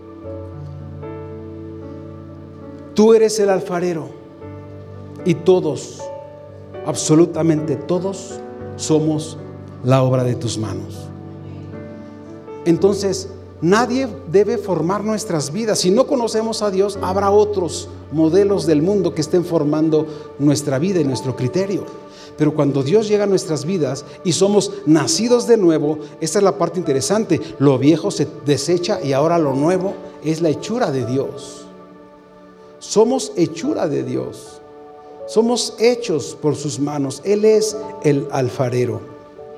tú eres el alfarero, y todos, absolutamente todos, somos la obra de tus manos. Entonces, nadie debe formar nuestras vidas. Si no conocemos a Dios, habrá otros modelos del mundo que estén formando nuestra vida y nuestro criterio. Pero cuando Dios llega a nuestras vidas y somos nacidos de nuevo, esta es la parte interesante. Lo viejo se desecha y ahora lo nuevo es la hechura de Dios. Somos hechura de Dios. Somos hechos por sus manos. Él es el alfarero.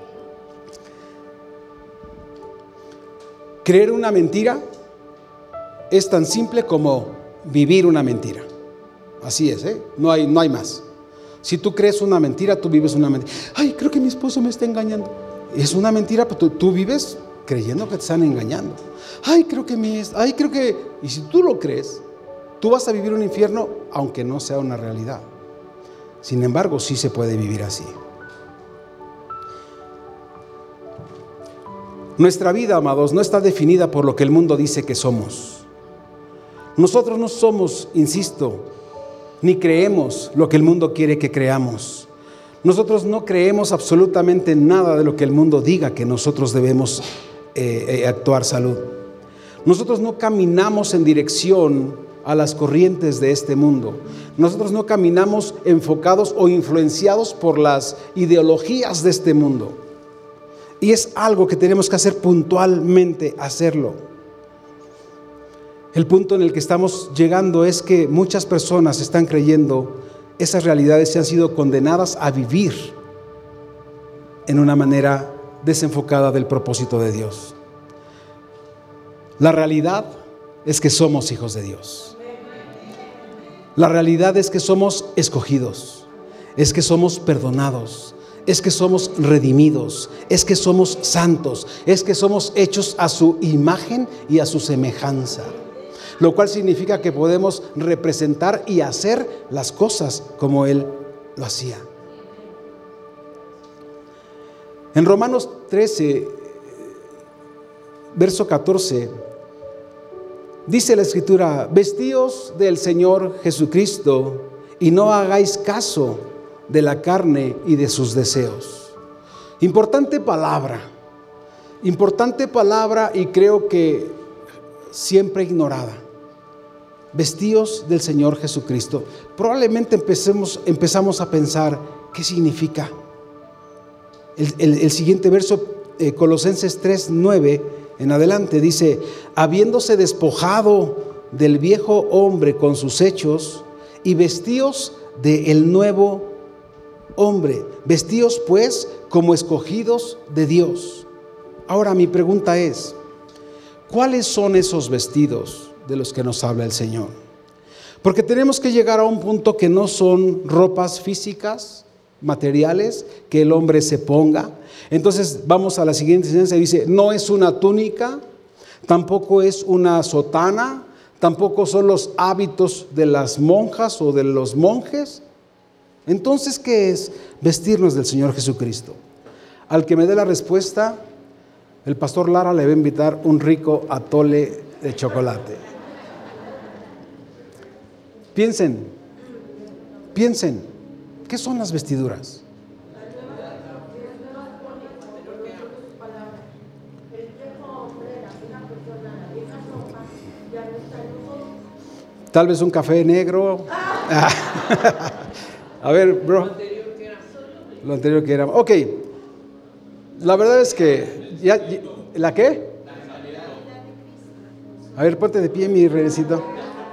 Creer una mentira es tan simple como vivir una mentira. Así es, ¿eh? No hay, no hay más. Si tú crees una mentira, tú vives una mentira. Ay, creo que mi esposo me está engañando. Es una mentira, pero tú, tú vives creyendo que te están engañando. Ay, creo que mi... Ay, creo que... Y si tú lo crees, tú vas a vivir un infierno, aunque no sea una realidad. Sin embargo, sí se puede vivir así. Nuestra vida, amados, no está definida por lo que el mundo dice que somos. Nosotros no somos, insisto, ni creemos lo que el mundo quiere que creamos. Nosotros no creemos absolutamente nada de lo que el mundo diga que nosotros debemos eh, eh, actuar salud. Nosotros no caminamos en dirección a las corrientes de este mundo. Nosotros no caminamos enfocados o influenciados por las ideologías de este mundo. Y es algo que tenemos que hacer puntualmente, hacerlo. El punto en el que estamos llegando es que muchas personas están creyendo esas realidades y han sido condenadas a vivir en una manera desenfocada del propósito de Dios. La realidad es que somos hijos de Dios. La realidad es que somos escogidos, es que somos perdonados, es que somos redimidos, es que somos santos, es que somos hechos a su imagen y a su semejanza. Lo cual significa que podemos representar y hacer las cosas como Él lo hacía. En Romanos trece, verso catorce, dice la Escritura: vestíos del Señor Jesucristo y no hagáis caso de la carne y de sus deseos. Importante palabra, importante palabra y creo que siempre ignorada. Vestíos del Señor Jesucristo. Probablemente empecemos, empezamos a pensar, ¿qué significa? El, el, el siguiente verso, eh, Colosenses tres, nueve en adelante, dice: habiéndose despojado del viejo hombre con sus hechos, y vestíos del nuevo hombre, vestíos pues como escogidos de Dios. Ahora mi pregunta es, ¿cuáles son esos vestidos de los que nos habla el Señor? Porque tenemos que llegar a un punto que no son ropas físicas, materiales, que el hombre se ponga. Entonces vamos a la siguiente enseñanza y dice: no es una túnica, tampoco es una sotana, tampoco son los hábitos de las monjas o de los monjes. Entonces, ¿qué es vestirnos del Señor Jesucristo? Al que me dé la respuesta, el pastor Lara le va a invitar un rico atole de chocolate. Piensen, piensen, ¿qué son las vestiduras? Tal vez un café negro. A ver, bro. Lo anterior que era. Ok. La verdad es que ya, ya, ¿la qué? A ver, ponte de pie, mi renecito.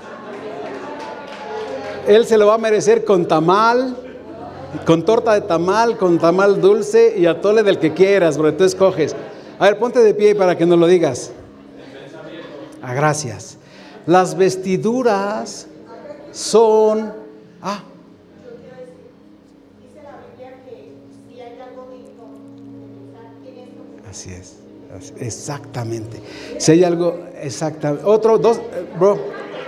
Él se lo va a merecer con tamal, con torta de tamal, con tamal dulce y atole del que quieras, bro. Tú escoges. A ver, ponte de pie para que nos lo digas. Ah, gracias. Las vestiduras son... Ah. Así es, así, exactamente. Si hay algo, exactamente. Otro, dos, bro.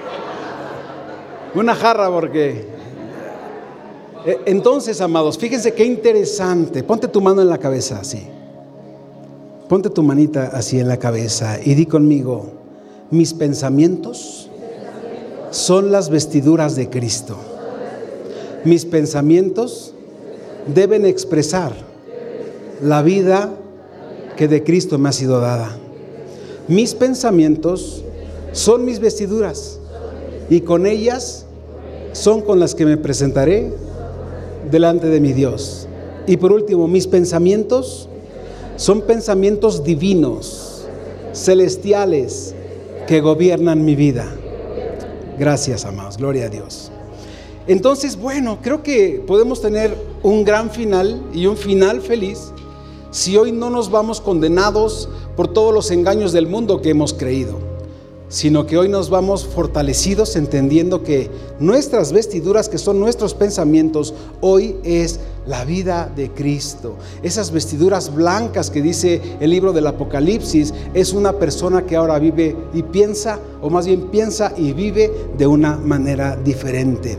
Una jarra porque... Entonces, amados, fíjense qué interesante. Ponte tu mano en la cabeza, así. Ponte tu manita así en la cabeza y di conmigo: mis pensamientos son las vestiduras de Cristo. Mis pensamientos deben expresar la vida que de Cristo me ha sido dada. Mis pensamientos son mis vestiduras y con ellas son con las que me presentaré delante de mi Dios. Y por último, mis pensamientos son pensamientos divinos, celestiales, que gobiernan mi vida. Gracias, amados, gloria a Dios. Entonces, bueno, creo que podemos tener un gran final y un final feliz si hoy no nos vamos condenados por todos los engaños del mundo que hemos creído, sino que hoy nos vamos fortalecidos entendiendo que nuestras vestiduras, que son nuestros pensamientos, hoy es la vida de Cristo. Esas vestiduras blancas que dice el libro del Apocalipsis, es una persona que ahora vive y piensa, o más bien piensa y vive de una manera diferente.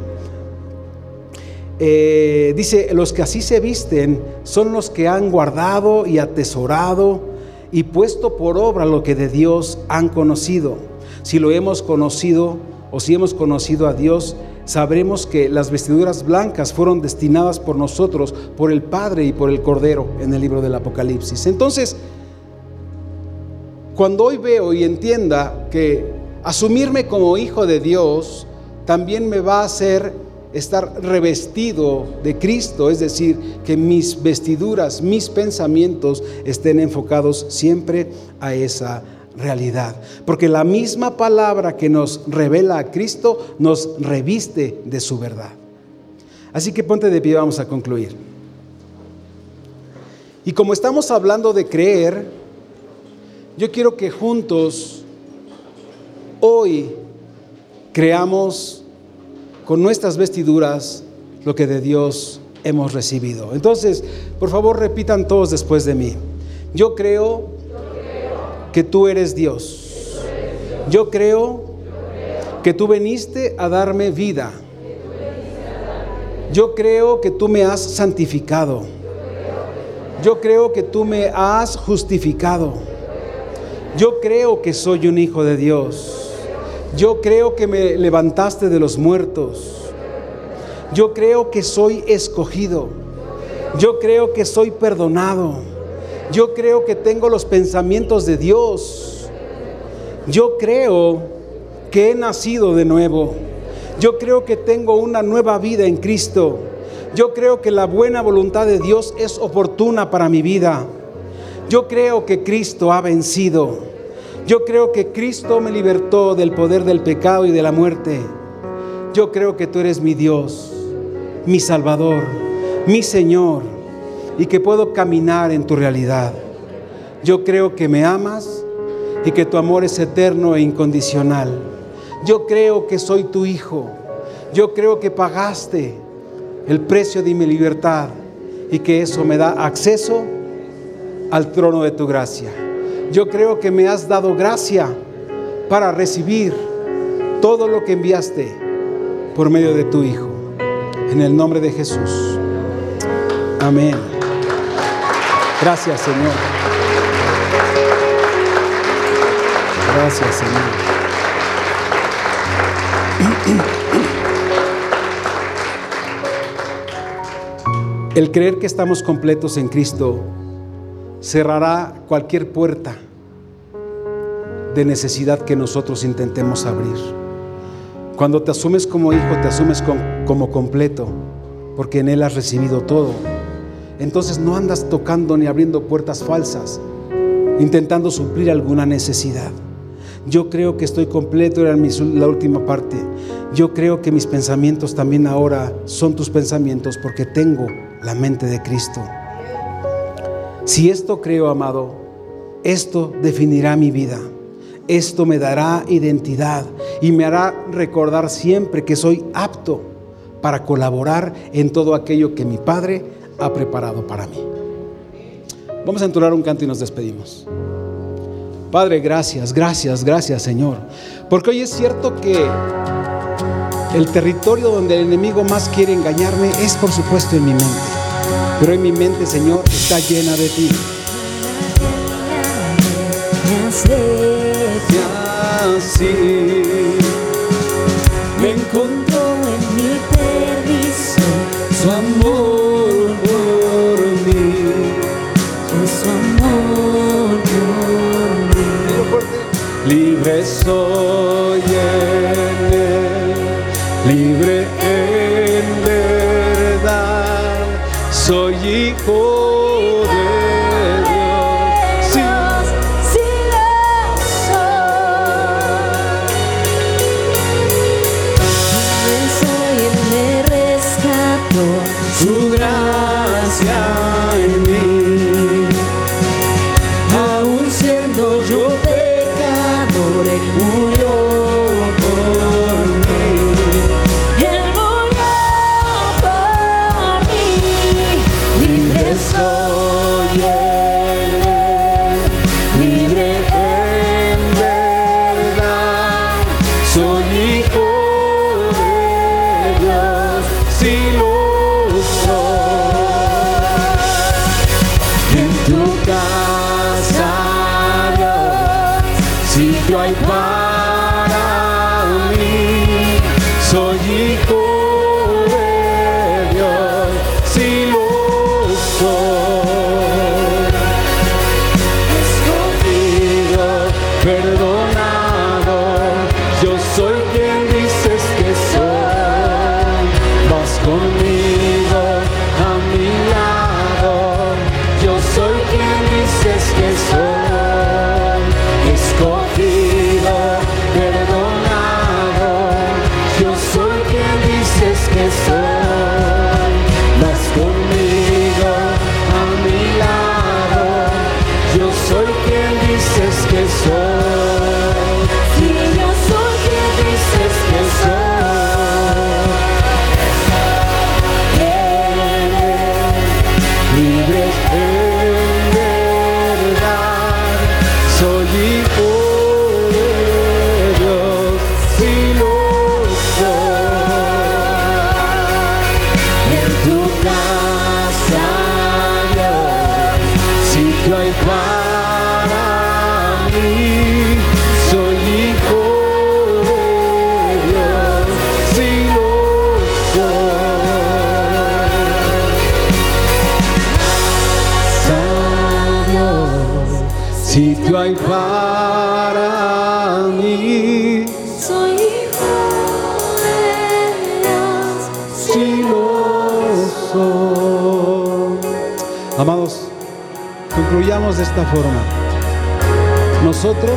Eh, dice, los que así se visten son los que han guardado y atesorado y puesto por obra lo que de Dios han conocido. Si lo hemos conocido o si hemos conocido a Dios, sabremos que las vestiduras blancas fueron destinadas por nosotros, por el Padre y por el Cordero en el libro del Apocalipsis. Entonces, cuando hoy veo y entienda que asumirme como hijo de Dios también me va a hacer estar revestido de Cristo, es decir, que mis vestiduras, mis pensamientos estén enfocados siempre a esa realidad, porque la misma palabra que nos revela a Cristo nos reviste de su verdad. Así que ponte de pie, vamos a concluir. Y como estamos hablando de creer, yo quiero que juntos hoy creamos con nuestras vestiduras lo que de Dios hemos recibido. Entonces, por favor, repitan todos después de mí. Yo creo que tú eres Dios. Yo creo que tú viniste a darme vida. Yo creo que tú me has santificado. Yo creo que tú me has justificado. Yo creo que soy un hijo de Dios. Yo creo que me levantaste de los muertos. Yo creo que soy escogido. Yo creo que soy perdonado. Yo creo que tengo los pensamientos de Dios. Yo creo que he nacido de nuevo. Yo creo que tengo una nueva vida en Cristo. Yo creo que la buena voluntad de Dios es oportuna para mi vida. Yo creo que Cristo ha vencido. Yo creo que Cristo me libertó del poder del pecado y de la muerte. Yo creo que tú eres mi Dios, mi Salvador, mi Señor, y que puedo caminar en tu realidad. Yo creo que me amas y que tu amor es eterno e incondicional. Yo creo que soy tu hijo. Yo creo que pagaste el precio de mi libertad y que eso me da acceso al trono de tu gracia. Yo creo que me has dado gracia para recibir todo lo que enviaste por medio de tu Hijo. En el nombre de Jesús. Amén. Gracias, Señor. Gracias, Señor. El creer que estamos completos en Cristo cerrará cualquier puerta de necesidad que nosotros intentemos abrir. Cuando te asumes como hijo, te asumes con, como completo, porque en Él has recibido todo. Entonces no andas tocando ni abriendo puertas falsas, intentando suplir alguna necesidad. Yo creo que estoy completo, era mi, la última parte. Yo creo que mis pensamientos también ahora son tus pensamientos, porque tengo la mente de Cristo. Si esto creo, amado, esto definirá mi vida. Esto me dará identidad y me hará recordar siempre que soy apto para colaborar en todo aquello que mi Padre ha preparado para mí. Vamos a entonar un canto y nos despedimos. Padre, gracias, gracias, gracias, Señor, porque hoy es cierto que el territorio donde el enemigo más quiere engañarme es, por supuesto, en mi mente. Pero en mi mente, Señor, está llena de ti. Así
me encontró en mi perdición, su amor por mí, su amor por mí. Libre soy en él, libre en verdad, soy hijo. Su gracia en mí, aún siendo yo pecador, Él murió por mí. Él murió por mí. Libre soy en Él, libre en verdad, soy hijo de Dios, si lo hay para mí, soy hijo de Dios, si lo soy, escogido, perdonado, yo soy quien dices que soy, vas conmigo a mi lado, yo soy quien dices que soy, escogido, perdonado, yo soy quien dices que soy, vas conmigo a mi lado, yo soy quien dices que soy, y yo soy quien dices que soy, eres
Sitio hay para mí.
Soy hijo de Dios. Sí lo soy.
Amados, concluyamos de esta forma. Nosotros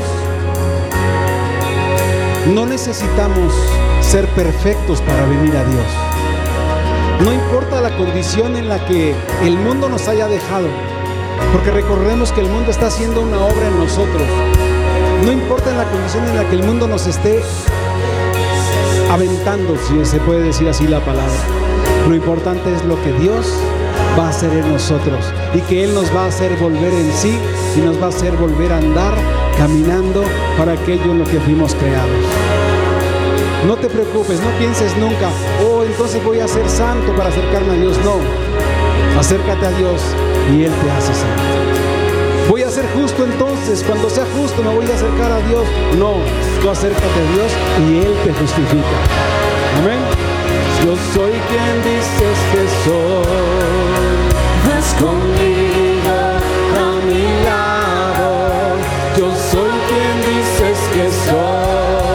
no necesitamos ser perfectos para venir a Dios. No importa la condición en la que el mundo nos haya dejado, porque recordemos que el mundo está haciendo una obra en nosotros. No importa la condición en la que el mundo nos esté aventando, si se puede decir así la palabra. Lo importante es lo que Dios va a hacer en nosotros y que Él nos va a hacer volver en sí y nos va a hacer volver a andar caminando para aquello en lo que fuimos creados. No te preocupes, no pienses nunca, oh, entonces voy a ser santo para acercarme a Dios. No, acércate a Dios y Él te hace santo. Voy a ser justo entonces, cuando sea justo me voy a acercar a Dios. No, tú acércate a Dios y Él te justifica. Amén.
Yo soy quien dices que soy. Vas conmigo a mi lado. Yo soy quien dices que soy.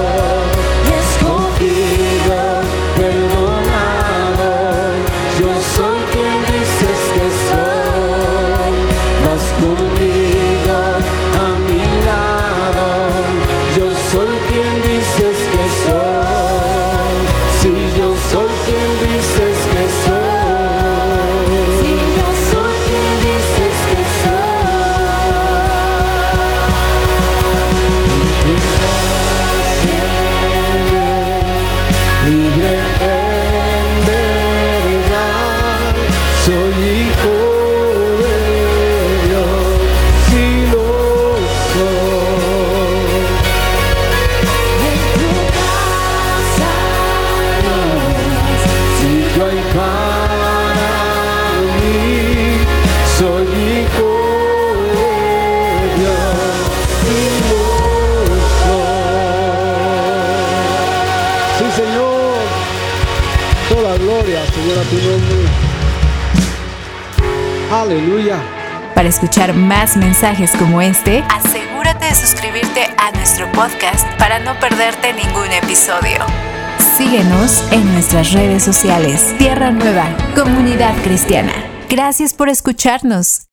Escogido, perdonado. Yo soy quien dices que soy. Vas conmigo a mi lado. Yo soy quien dices que soy. Si yo soy quien dices que soy. Si yo soy quien dices que soy. Libre en verdad, soy hijo de Dios, si lo soy. En tu casa, si yo hay para mí, soy hijo de Dios, si lo soy.
Sí, Señor. Toda gloria, Señor, a tu nombre. Aleluya.
Para escuchar más mensajes como este, asegúrate de suscribirte a nuestro podcast para no perderte ningún episodio. Síguenos en nuestras redes sociales. Tierra Nueva, Comunidad Cristiana. Gracias por escucharnos.